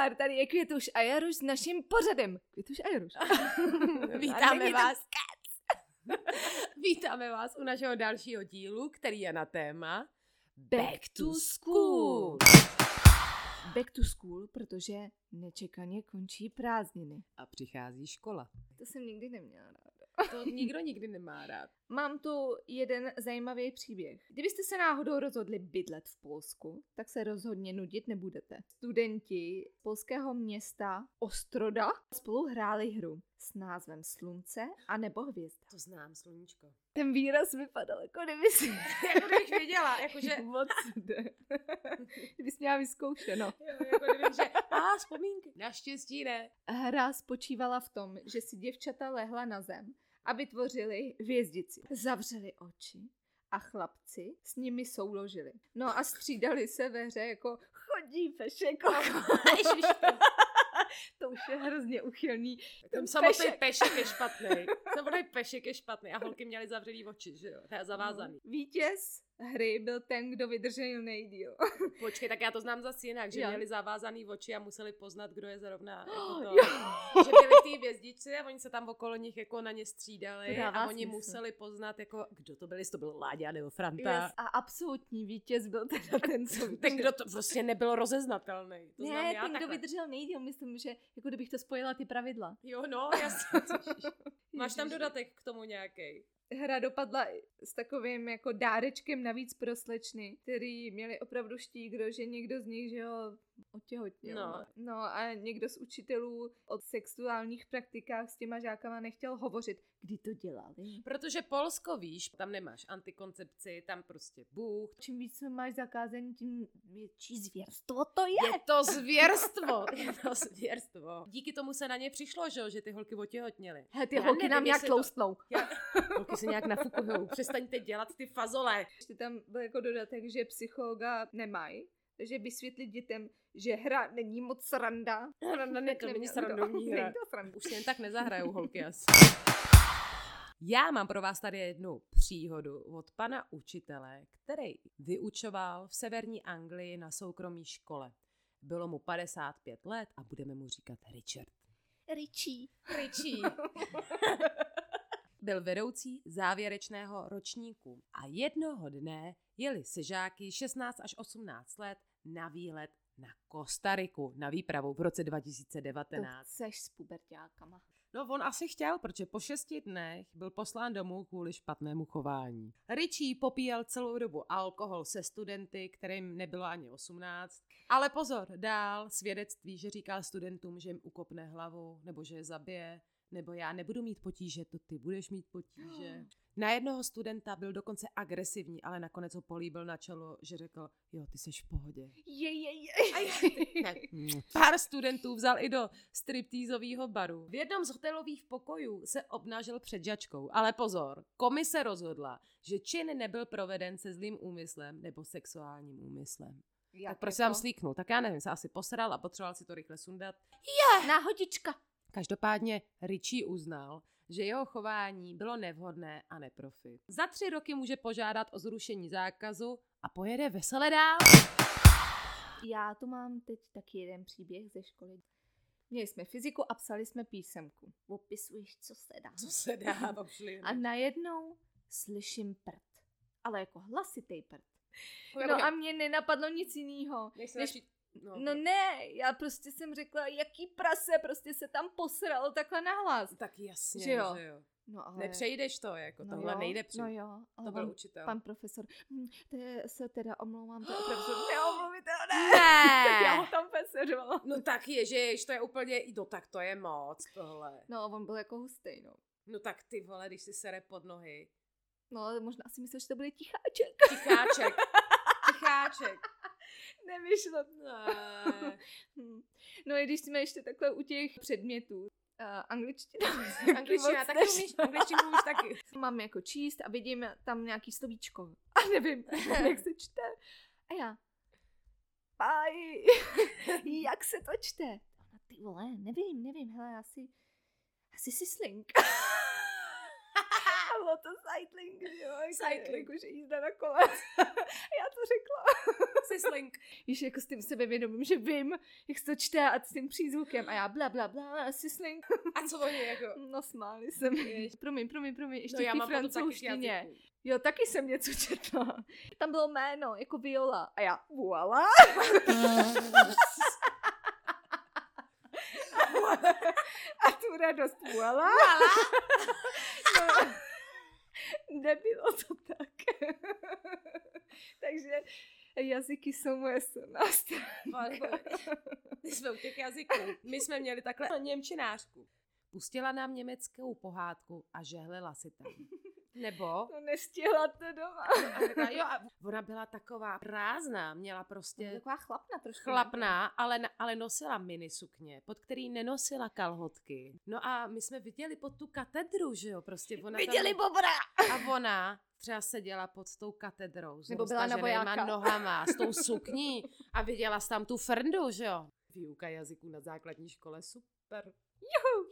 nazdar, tady je Květuš a Jaroš s naším pořadem. Květuš a Jaroš. Vítáme vás. Vítáme vás u našeho dalšího dílu, který je na téma Back to School. Back to school, protože nečekaně končí prázdniny. A přichází škola. To jsem nikdy neměla ráda. To nikdo nikdy nemá rád. Mám tu jeden zajímavý příběh. Kdybyste se náhodou rozhodli bydlet v Polsku, tak se rozhodně nudit nebudete. Studenti polského města Ostroda spolu hráli hru s názvem Slunce a nebo Hvězda. To znám, sluníčko. Ten výraz vypadal, jako kdyby si... Jako kdybych věděla, jakože... Moc jde. Kdybys měla vyzkoušeno. Jako kdybych, že... vzpomínky. Naštěstí ne. Hra spočívala v tom, že si děvčata lehla na zem a vytvořili hvězdici. Zavřeli oči a chlapci s nimi souložili. No a střídali se ve hře jako chodí pešek. To už je hrozně uchylný. Ten samotný pešek je špatný. Samotný pešek je špatný a holky měly zavřelý oči, že jo? To je zavázaný. Vítěz hry byl ten, kdo vydržel nejdýl. Počkej, tak já to znám zase jinak, že měli zavázaný oči a museli poznat, kdo je zrovna jako to. Že byli v té hvězdičce a oni se tam okolo nich jako na ně střídali a oni museli poznat, jako kdo to byli, jestli to byl Láďa nebo Franta. Yes, a absolutní vítěz byl teda ten, co ten, kdo to prostě nebyl rozeznatelný. To ne, ten, kdo vydržel nejdýl, myslím, že jako kdybych to spojila ty pravidla. Jo, no, jasně. Máš tam dodatek k tomu nějaký? Hra dopadla s takovým jako dárečkem navíc pro slečny, který měli opravdu štígro, že někdo z nich, že jo, otěhotněl. No a někdo z učitelů o sexuálních praktikách s těma žákama nechtěl hovořit. Kdy to dělali? Protože Polsko, víš, tam nemáš antikoncepci, tam prostě Bůh. Čím víc máš zakázaný, tím větší zvěrstvo to je. Je to zvěrstvo. Je to zvěrstvo. Díky tomu se na ně přišlo, že ty holky otěhotněly. Hele, ty holky nám nějak tloustnou. Holky se nějak nafukujou. Přestaňte dělat ty fazole. Ještě tam byl jako dodatek, že psychologa nemají. Takže vysvětlit dětem, že hra není moc sranda. To není srandovní hra. Už si jen tak nezahrajou holky asi. Já mám pro vás tady jednu příhodu od pana učitele, který vyučoval v severní Anglii na soukromé škole. Bylo mu 55 let a budeme mu říkat Richard. Richie. Byl vedoucí závěrečného ročníku a jednoho dne jeli se žáky 16 až 18 let na výlet na Kostariku, na výpravu v roce 2019. To chceš s puberťákama. No on asi chtěl, protože po 6 dnech byl poslán domů kvůli špatnému chování. Richie popíjel celou dobu alkohol se studenty, kterým nebylo ani 18. Ale pozor, dál svědectví, že říkal studentům, že jim ukopne hlavu, nebo že je zabije, nebo já nebudu mít potíže, to ty budeš mít potíže. Na jednoho studenta byl dokonce agresivní, ale nakonec ho políbil na čelo, že řekl, jo, ty seš v pohodě. Pár studentů vzal i do striptýzového baru. V jednom z hotelových pokojů se obnažil před žačkou, ale pozor, komise rozhodla, že čin nebyl proveden se zlým úmyslem nebo sexuálním úmyslem. Tak proč se tam slíknul? Tak já nevím, se asi posral a potřeboval si to rychle sundat. Náhodička. Každopádně Richie uznal, že jeho chování bylo nevhodné a neprofi. Za 3 roky může požádat o zrušení zákazu a pojede vesele dál. Já tu mám teď taky jeden příběh ze školy. Měli jsme fyziku a psali jsme písemku. Opisuješ, co se dá. Co se dá, a najednou slyším prd. Ale jako hlasitý prd. No a mě nenapadlo nic jiného. No ne, já prostě jsem řekla, jaký prase, prostě se tam posral takhle nahlas. Tak jasně, že jo. No, ale... Nepřejdeš to, jako no tohle jo, nejde přijít. No jo, ale to byl učitel. Pan profesor, se teda omlouvám, to je opravdu neomluvitelné. Ne. Tak já ho tam peseřovala. No tak ježiš, to je úplně, no tak to je moc tohle. No on byl jako hustý, no. No tak ty vole, když si sere pod nohy. No ale možná si myslel, že to bude ticháček. Ticháček. Nevyšlo. Ne. No i když jsme ještě takhle u těch předmětů. Angličtina. Tak umíš, angličtinu umíš taky. Mám jako číst a vidím tam nějaký slovíčko. A nevím, jak se čte. A já. Páj, jak se to čte? A ty vole, nevím, hele, asi sisling. A bylo to cycling, jo? Cycling. Jakože jízda na kole. Já to řekla. Sisling. Víš, jako s tím sebevědomím, že vím, jak se to čte a s tím přízvukem a já bla bla bla, sisling. A co oni jako? No smáli se mi. Promiň, ještě no, v té francouzštině. Jo, taky jsem něco četla. Tam bylo jméno, jako Viola. A já, voila. A tu radost, voila. No, nebylo to tak. Takže jazyky jsou moje silná stránka. My jsme u těch jazyků. My jsme měli takhle němčinářku. Pustila nám německou pohádku a žehlila si tam. Nebo? No nestihla to doma. A ona byla taková prázdná, měla prostě... Taková chlapná trošku. Chlapná, ale nosila minisukně, pod který nenosila kalhotky. No a my jsme viděli pod tu katedru, že jo, prostě ona viděli bobra! A ona třeba seděla pod tou katedrou s nebo byla na vojáka. Nohama, s tou sukní a viděla jsi tam tu frndu, že jo. Výuka jazyků na základní škole, super. Juhu!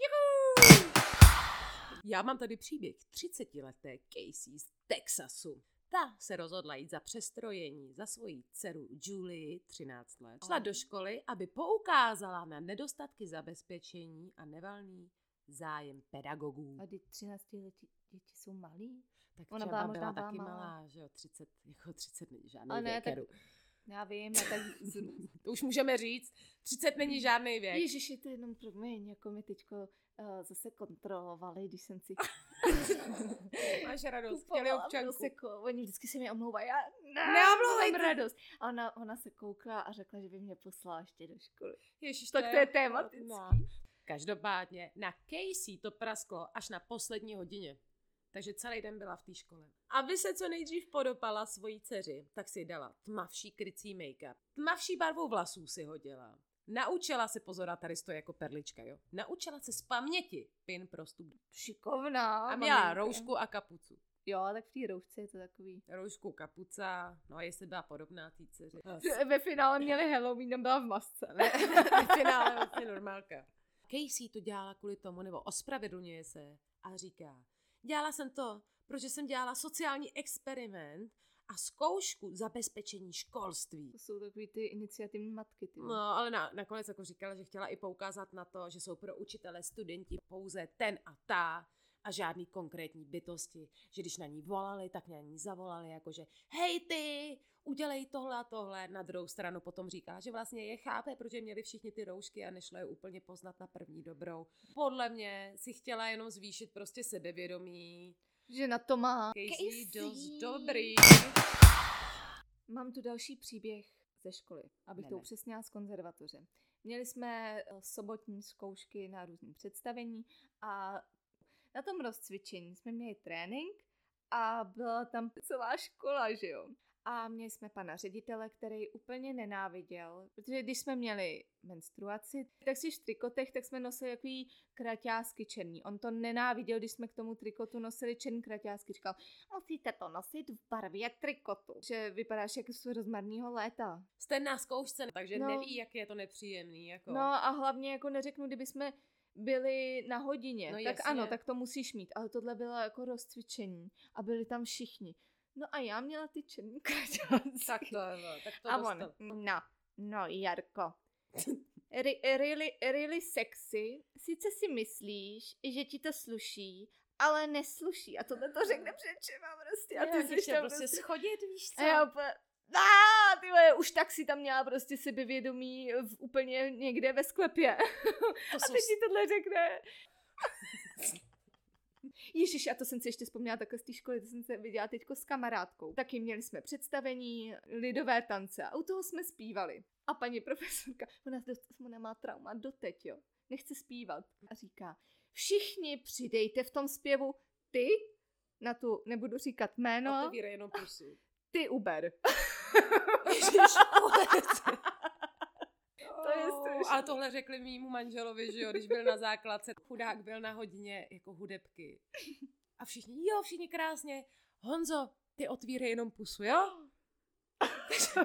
Já mám tady příběh 30leté Casey z Texasu. Ta se rozhodla jít za přestrojení za svoji dceru Julie, 13 let. Šla do školy, aby poukázala na nedostatky zabezpečení a nevalný zájem pedagogů. A ty 13letí děti jsou malí? Tak ona byla taky malá, že jo, 30 není žádný věk. Já vím, a tak to už můžeme říct, 30 není žádný věk. Ježiši, to jenom promiň, jako mi teďko zase kontrolovali, když jsem si... Máš radost, chtěli občanku. Oni vždycky se mi omlouvají, já neomlouvejte. Radost. A ona se koukla a řekla, že by mě poslala ještě do školy. Ježiš, tak to je tématický. Každopádně na Casey to prasklo až na poslední hodině. Takže celý den byla v té škole. Aby se co nejdřív podopala svojí dceři, tak si dala tmavší krycí make-up. Tmavší barvou vlasů si hodila. Naučila se, pozor, a tady stojí jako perlička, jo. Naučila se z paměti pin pro vstup. Šikovná. A měla roušku a kapucu. Jo, tak v té roušce je to takový. Roušku, kapuca, no a jestli byla podobná té dceři. Ve finále měli Halloween, tam byla v masce, ne? Ve finále vlastně normálka. Casey to dělala kvůli tomu, nebo ospravedlňuje se a říká, dělala jsem to, protože jsem dělala sociální experiment a zkoušku zabezpečení školství. To jsou takový ty iniciativní matky. Ty. No, ale nakonec jako říkala, že chtěla i poukázat na to, že jsou pro učitele, studenti pouze ten a ta a žádný konkrétní bytosti. Že když na ní volali, tak na ní zavolali jakože hej ty, udělej tohle a tohle. Na druhou stranu potom říkala, že vlastně je chápe, protože měli všichni ty roušky a nešlo je úplně poznat na první dobrou. Podle mě si chtěla jenom zvýšit prostě sebevědomí. Že na to má. Casey dost dobrý. Mám tu další příběh ze školy, abych to upřesnila z konzervatoře. Měli jsme sobotní zkoušky na různý představení a na tom rozcvičení jsme měli trénink a byla tam celá škola, že jo. A měli jsme pana ředitele, který úplně nenáviděl, protože když jsme měli menstruaci, tak si v trikotech, tak jsme nosili takový kraťásky černý. On to nenáviděl, když jsme k tomu trikotu nosili černý kraťásky. Říkal, musíte to nosit v barvě trikotu. Že vypadáš jako z rozmarného léta. Jste na zkoušce, takže neví, jak je to nepříjemný. Jako. No a hlavně jako neřeknu, kdyby jsme byli na hodině, no tak jasně. Ano, tak to musíš mít. Ale tohle bylo jako rozcvičení a byli tam všichni. No a já měla ty černý kraťásky. Tak to a on, no Jarko, really sexy, sice si myslíš, že ti to sluší, ale nesluší. A tohle to řekne před čema prostě. A ty jsi tam prostě schodit, víš co? A já úplně, už tak si tam měla prostě sebevědomí úplně někde ve sklepě. A teď ti tohle řekne. Ježiš, a to jsem si ještě vzpomněla takhle z té školy, to jsem se viděla teďko s kamarádkou. Taky měli jsme představení, lidové tance a u toho jsme zpívali. A paní profesorka, ona má trauma doteď, jo, nechce zpívat. A říká, všichni přidejte v tom zpěvu ty, na tu nebudu říkat jméno. Otevírej jenom pusu. Ty Uber. Ježiš, to je strašný. Ale tohle řekli mýmu manželovi, že jo, když byl na základce, chudák byl na hodině jako hudebky. A všichni krásně. Honzo, ty otvírej jenom pusu, jo?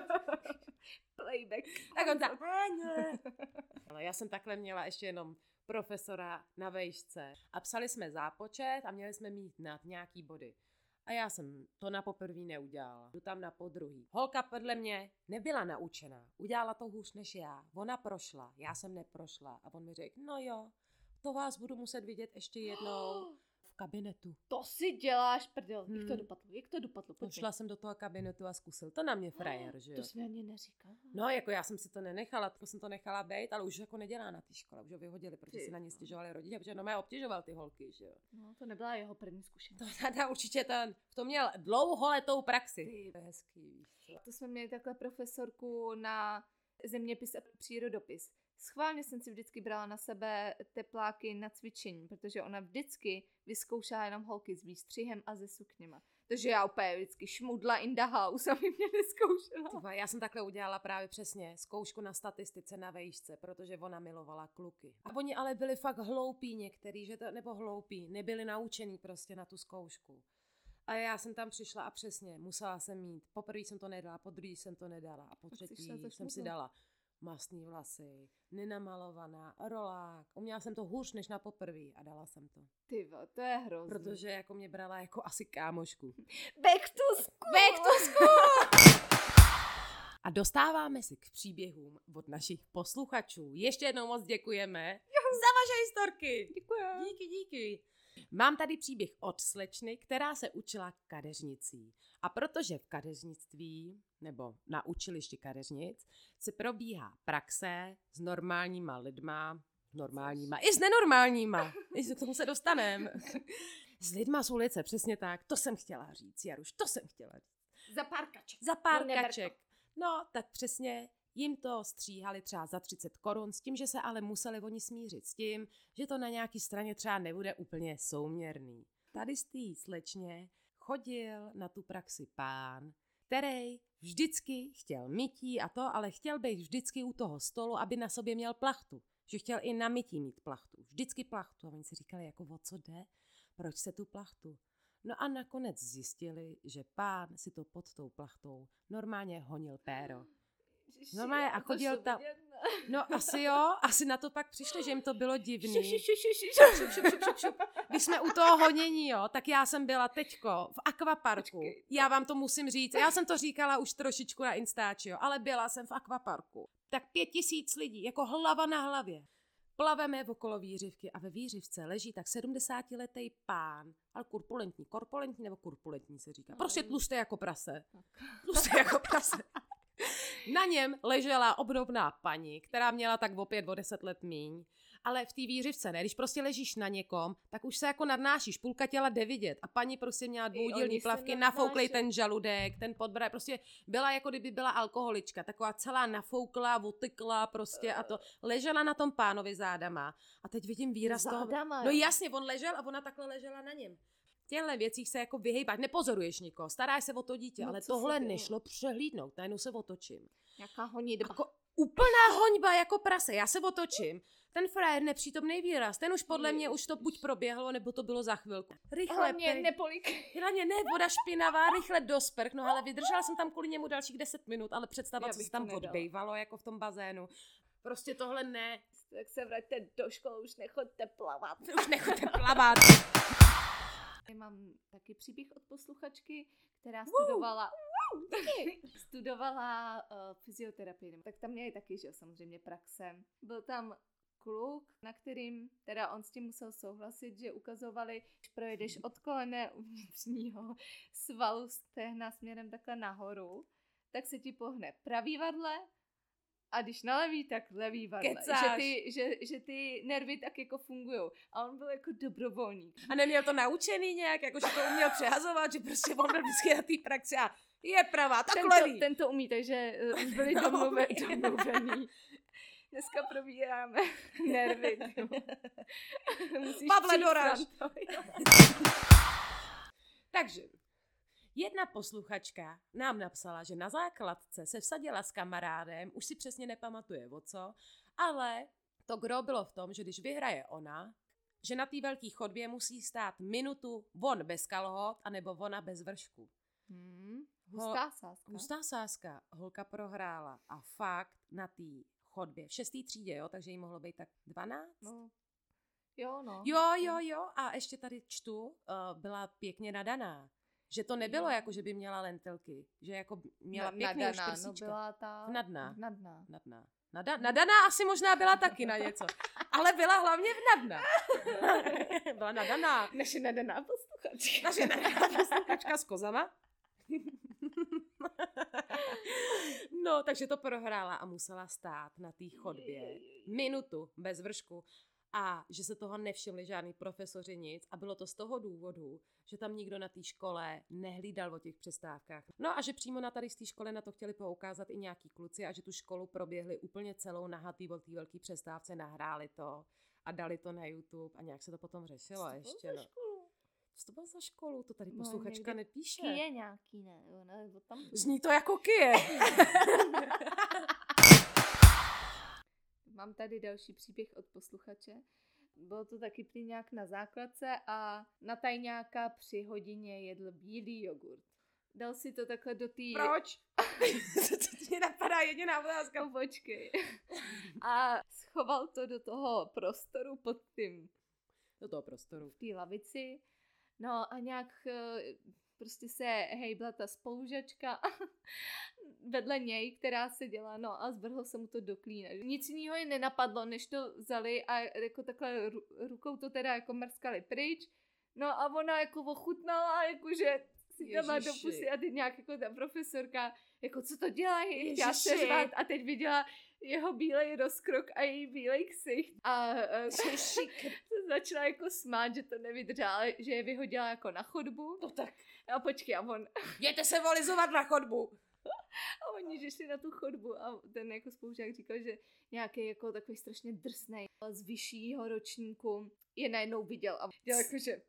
Playback. Tak on tak. Ale já jsem takhle měla ještě jenom profesora na vejšce a psali jsme zápočet a měli jsme mít nad nějaký body. A já jsem to na poprvý neudělala. Jdu tam na podruhý. Holka podle mě nebyla naučená. Udělala to hůř než já. Ona prošla, já jsem neprošla. A on mi řekl, no jo, to vás budu muset vidět ještě jednou v kabinetu. To si děláš prdel. Jak to dopadlo? Šla jsem do toho kabinetu a zkusil to na mě frajer, že jo. To jsi mi ani neříkala. No, jako já jsem si to nenechala, to jsem to nechala být, ale už jako nedělá na té škole, už ho vyhodili, protože si na ně stěžovali rodiče, protože no mě obtěžoval ty holky, že jo. No, to nebyla jeho první zkušenost. To určitě v tom měl dlouholetou praxi. To je hezký. To jsme měli takhle profesorku na zeměpis a přírodopis. Schválně jsem si vždycky brala na sebe tepláky na cvičení, protože ona vždycky vyzkoušela jenom holky s výstřihem a se sukněma. Takže já úplně vždycky šmudla in the house, aby mě neskoušela. Já jsem takhle udělala právě přesně zkoušku na statistice na vejšce, protože ona milovala kluky. A oni ale byli fakt hloupí některý, nebo hloupí, nebyli naučený prostě na tu zkoušku. A já jsem tam přišla a přesně musela jsem mít. Poprvé jsem to nedala, po druhý jsem to nedala a po třetí jsem si dala masný vlasy, nenamalovaná, rolák. Uměla jsem to hůř než na poprví a dala jsem to. Tyvo, to je hrozný. Protože jako mě brala jako asi kámošku. Back to school! Back to school! A dostáváme se k příběhům od našich posluchačů. Ještě jednou moc děkujeme za vaše historky. Děkuji. Díky. Mám tady příběh od slečny, která se učila kadeřnicí. A protože v kadeřnictví, nebo na učilišti kadeřnic, se probíhá praxe s normálníma lidma, i s nenormálníma. K tomu se dostaneme. S lidma z ulice, přesně tak. To jsem chtěla říct, Jaruš, to jsem chtěla říct. Za pár kaček. No, tak přesně jim to stříhali třeba za 30 korun, s tím, že se ale museli oni smířit s tím, že to na nějaký straně třeba nebude úplně souměrný. Tady z té slečně chodil na tu praxi pán, který vždycky chtěl mytí a to, ale chtěl být vždycky u toho stolu, aby na sobě měl plachtu. Že chtěl i na mytí mít plachtu. Vždycky plachtu. A oni si říkali, jako o co jde? Proč se tu plachtu? No a nakonec zjistili, že pán si to pod tou plachtou normálně honil péro. Normálně a chodil tam. No asi jo, asi na to pak přišli, že jim to bylo divný. Když jsme u toho honění, jo, tak já jsem byla teďko v akvaparku. Já vám to musím říct, já jsem to říkala už trošičku na Instači, jo, ale byla jsem v akvaparku. Tak 5000 lidí, jako hlava na hlavě. Plaveme okolo Vířivky a ve Vířivce leží tak 70letý pán, ale korpulentní se říká. Prostě tlustý jako prase. Na něm ležela obdobná paní, která měla tak opět o 10 let míň, ale v té Vířivce ne, když prostě ležíš na někom, tak už se jako nadnášíš, půlka těla jde vidět a paní prostě měla dvoudílný plavky, nafouklej ten žaludek, ten podbradek, prostě byla jako kdyby byla alkoholička, taková celá nafouklá, otykla prostě a to ležela na tom pánovi zádama a teď vidím výraz toho, no jasně, on ležel a ona takhle ležela na něm. V těchto věcích se jako vyhejbáš, nepozoruješ nikoho, staráš se o to dítě, ale tohle nešlo přehlídnout, najednou se otočím. Jaká honitba. Jako úplná hoňba jako prase, já se otočím. Ten frajer, nepřítomný výraz, ten už podle mě už to buď proběhlo, nebo to bylo za chvilku. Rychle, hlavně ne, voda špinavá, rychle do sprch, no ale vydržela jsem tam kvůli němu dalších 10 minut, ale představa, co se tam odbejvalo, jako v tom bazénu. Prostě tohle ne. Tak se vraťte do školy, už nechoďte plavat. Mám taky příběh od posluchačky, která studovala fyzioterapii. Tak tam měli taky, že samozřejmě praxe. Byl tam kluk, na kterým teda on s tím musel souhlasit, že ukazovali, když projedeš od kolene uvnitřního svalu stehna směrem takhle nahoru, tak se ti pohne pravý vadle a když na levý, tak levý vadle. Že ty nervy tak jako fungujou. A on byl jako dobrovolník. A neměl to naučený nějak, jako že to uměl přehazovat, že prostě on byl vždycky na té praxi a je pravá, tak levý. Ten to umí, takže už byli domluvený. Dneska probíráme nervy. Pavle, doraž. Takže jedna posluchačka nám napsala, že na základce se vsadila s kamarádem, už si přesně nepamatuje o co, ale to gro bylo v tom, že když vyhraje ona, že na té velké chodbě musí stát minutu on bez kalhot, anebo ona bez vršku. Hustá sázka. Holka prohrála a fakt na té chodbě v 6. třídě, jo, takže jí mohlo být tak 12? No, Jo, no. Jo. A ještě tady čtu, byla pěkně nadaná. Že to nebylo jako, že by měla lentilky. Že jako měla pěknou šprsíčka. No byla ta... Vnadná. Nadná. Nadaná asi možná byla taky na něco. Ale byla hlavně vnadná. Byla nadaná. Naše nadaná posluchačka. Naše nadaná posluchačka s kozama. No, takže to prohrála a musela stát na té chodbě minutu bez vršku. A že se toho nevšimli žádný profesoři nic a bylo to z toho důvodu, že tam nikdo na té škole nehlídal o těch přestávkách. No a že přímo na tady z té škole na to chtěli poukázat i nějaký kluci a že tu školu proběhli úplně celou nahatý o té velké přestávce, nahráli to a dali to na YouTube a nějak se to potom řešilo ještě. No. Co to bylo za školu? To tady posluchačka nepíše. Kie nějaký, ne? Tam... Zní to jako Kie. Mám tady další příběh od posluchače. Bylo to taky prý nějak na základce a na tajňáka při hodině jedl bílý jogurt. Dal si to takhle do té... Proč? Co ti napadá jediná otázka? Počkej. A schoval to do toho prostoru pod tím... Do toho prostoru. V té lavici. No a nějak... Prostě se hejbla ta spolužačka vedle něj, která seděla, no a zvrhl se mu to do klína. Nic jiného ji nenapadlo, než to vzali a jako takhle rukou to teda jako mrskali pryč. No a ona jako ochutnala, jakože si dala do pusy a teď nějak jako ta profesorka, jako co to dělají, chtěla se řvát a teď viděla jeho bílej rozkrok a její bílej ksicht a začala jako smát, že to nevydržela, že je vyhodila jako na chodbu. No tak. A počkej, a on... Jděte se volizovat na chodbu. A oni že šli na tu chodbu a ten jako spolužák říkal, že nějaký jako takový strašně drsnej z vyššího ročníku je najednou viděl a dělal jako, že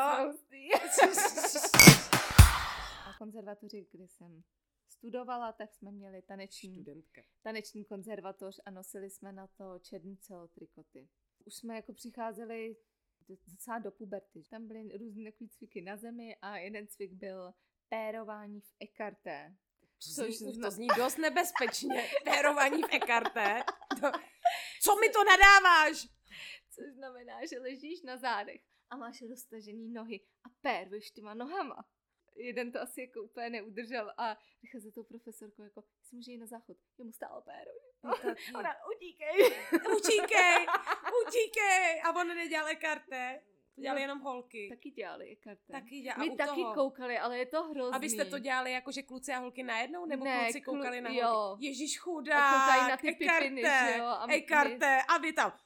A konzervatoři, kde jsem studovala, tak jsme měli taneční konzervatoř a nosili jsme na to černý celotrikoty. Už jsme jako přicházeli docela do puberty. Tam byly různé takový cviky na zemi a jeden cvik byl pérování v écarté. To zní dost nebezpečně. Pérování v écarté. Co mi to nadáváš? Což znamená, že ležíš na zádech a máš roztažený nohy a péruješ těma nohama. Jeden to asi jako úplně neudržel a říkal za tou profesorkou jako, si může jít na záchod, jemu stále péruj. Ona, utíkej. A on nedělal écarté. To dělali jenom holky. Taky dělali écarté. My taky koukali, ale je to hrozný. Abyste to dělali jako, že kluci a holky najednou? Nebo kluci koukali na holky? Jo. Ježíš chudák. A koukají na ty pipiny, že jo? Écarté. A vy tam.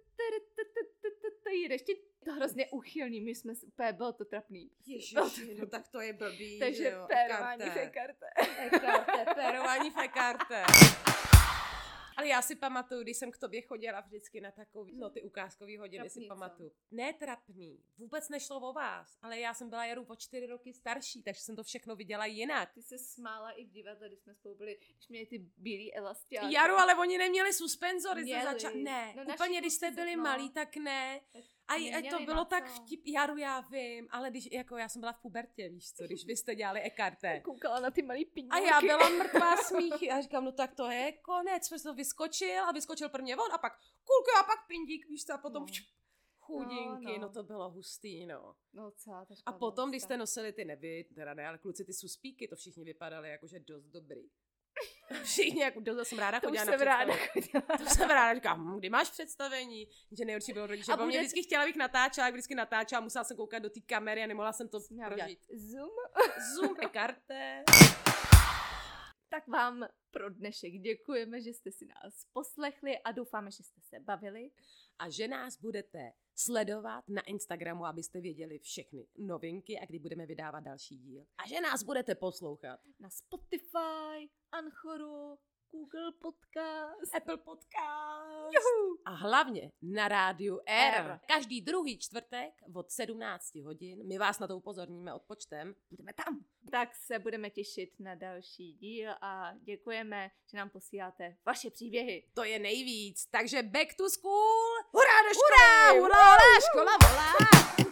Jdeš ti to hrozně úchylný, my jsme úplně, bylo to trapný. Ježiši, no tak to je blbý, takže jo. pérování v écarté. Pérování v écarté. Ale já si pamatuju, když jsem k tobě chodila vždycky na takový, ty ukázkový hodiny trapný, si pamatuju. Ne trapný, vůbec nešlo o vás, ale já jsem byla Jaru o 4 roky starší, takže jsem to všechno viděla jinak. Ty se smála i v divadle, když jsme spolu byli, když měli ty bílý elastiáky. Jaru, ale oni neměli suspenzory. Ne, no, úplně když jste byli malí, tak ne. A to bylo tak vtip, Jaru, já vím, ale když, jako já jsem byla v pubertě, víš co, když vy jste dělali écarté. Koukala na ty malý pindíky. A já byla mrtvá smíchy a říkám, no tak to je konec, protože to vyskočil prvně on a pak kulky a pak pindík, víš co, a potom chudinky, no to bylo hustý, no. A potom, když jste nosili ty ale kluci ty suspíky, to všichni vypadali jakože dost dobrý. Všichni, jako dost jsem ráda chodila na představení. To jsem ráda, říkám, kdy máš představení? Že nejurčitě bylo rodiče, bo mě vždycky chtěla, abych natáčela, jak vždycky natáčela, musela jsem koukat do té kamery a nemohla jsem to prožít. Zoom, écarté. Tak vám pro dnešek děkujeme, že jste si nás poslechli a doufáme, že jste se bavili. A že nás budete sledovat na Instagramu, abyste věděli všechny novinky a kdy budeme vydávat další díl. A že nás budete poslouchat na Spotify, Anchoru, Google Podcast, Apple Podcast. Juhu. A hlavně na rádiu R. Každý druhý čtvrtek od 17 hodin. My vás na to upozorníme odpočtem. Budeme tam. Tak se budeme těšit na další díl a děkujeme, že nám posíláte vaše příběhy. To je nejvíc. Takže back to school. Hurá do školy! Hurá, škola volá!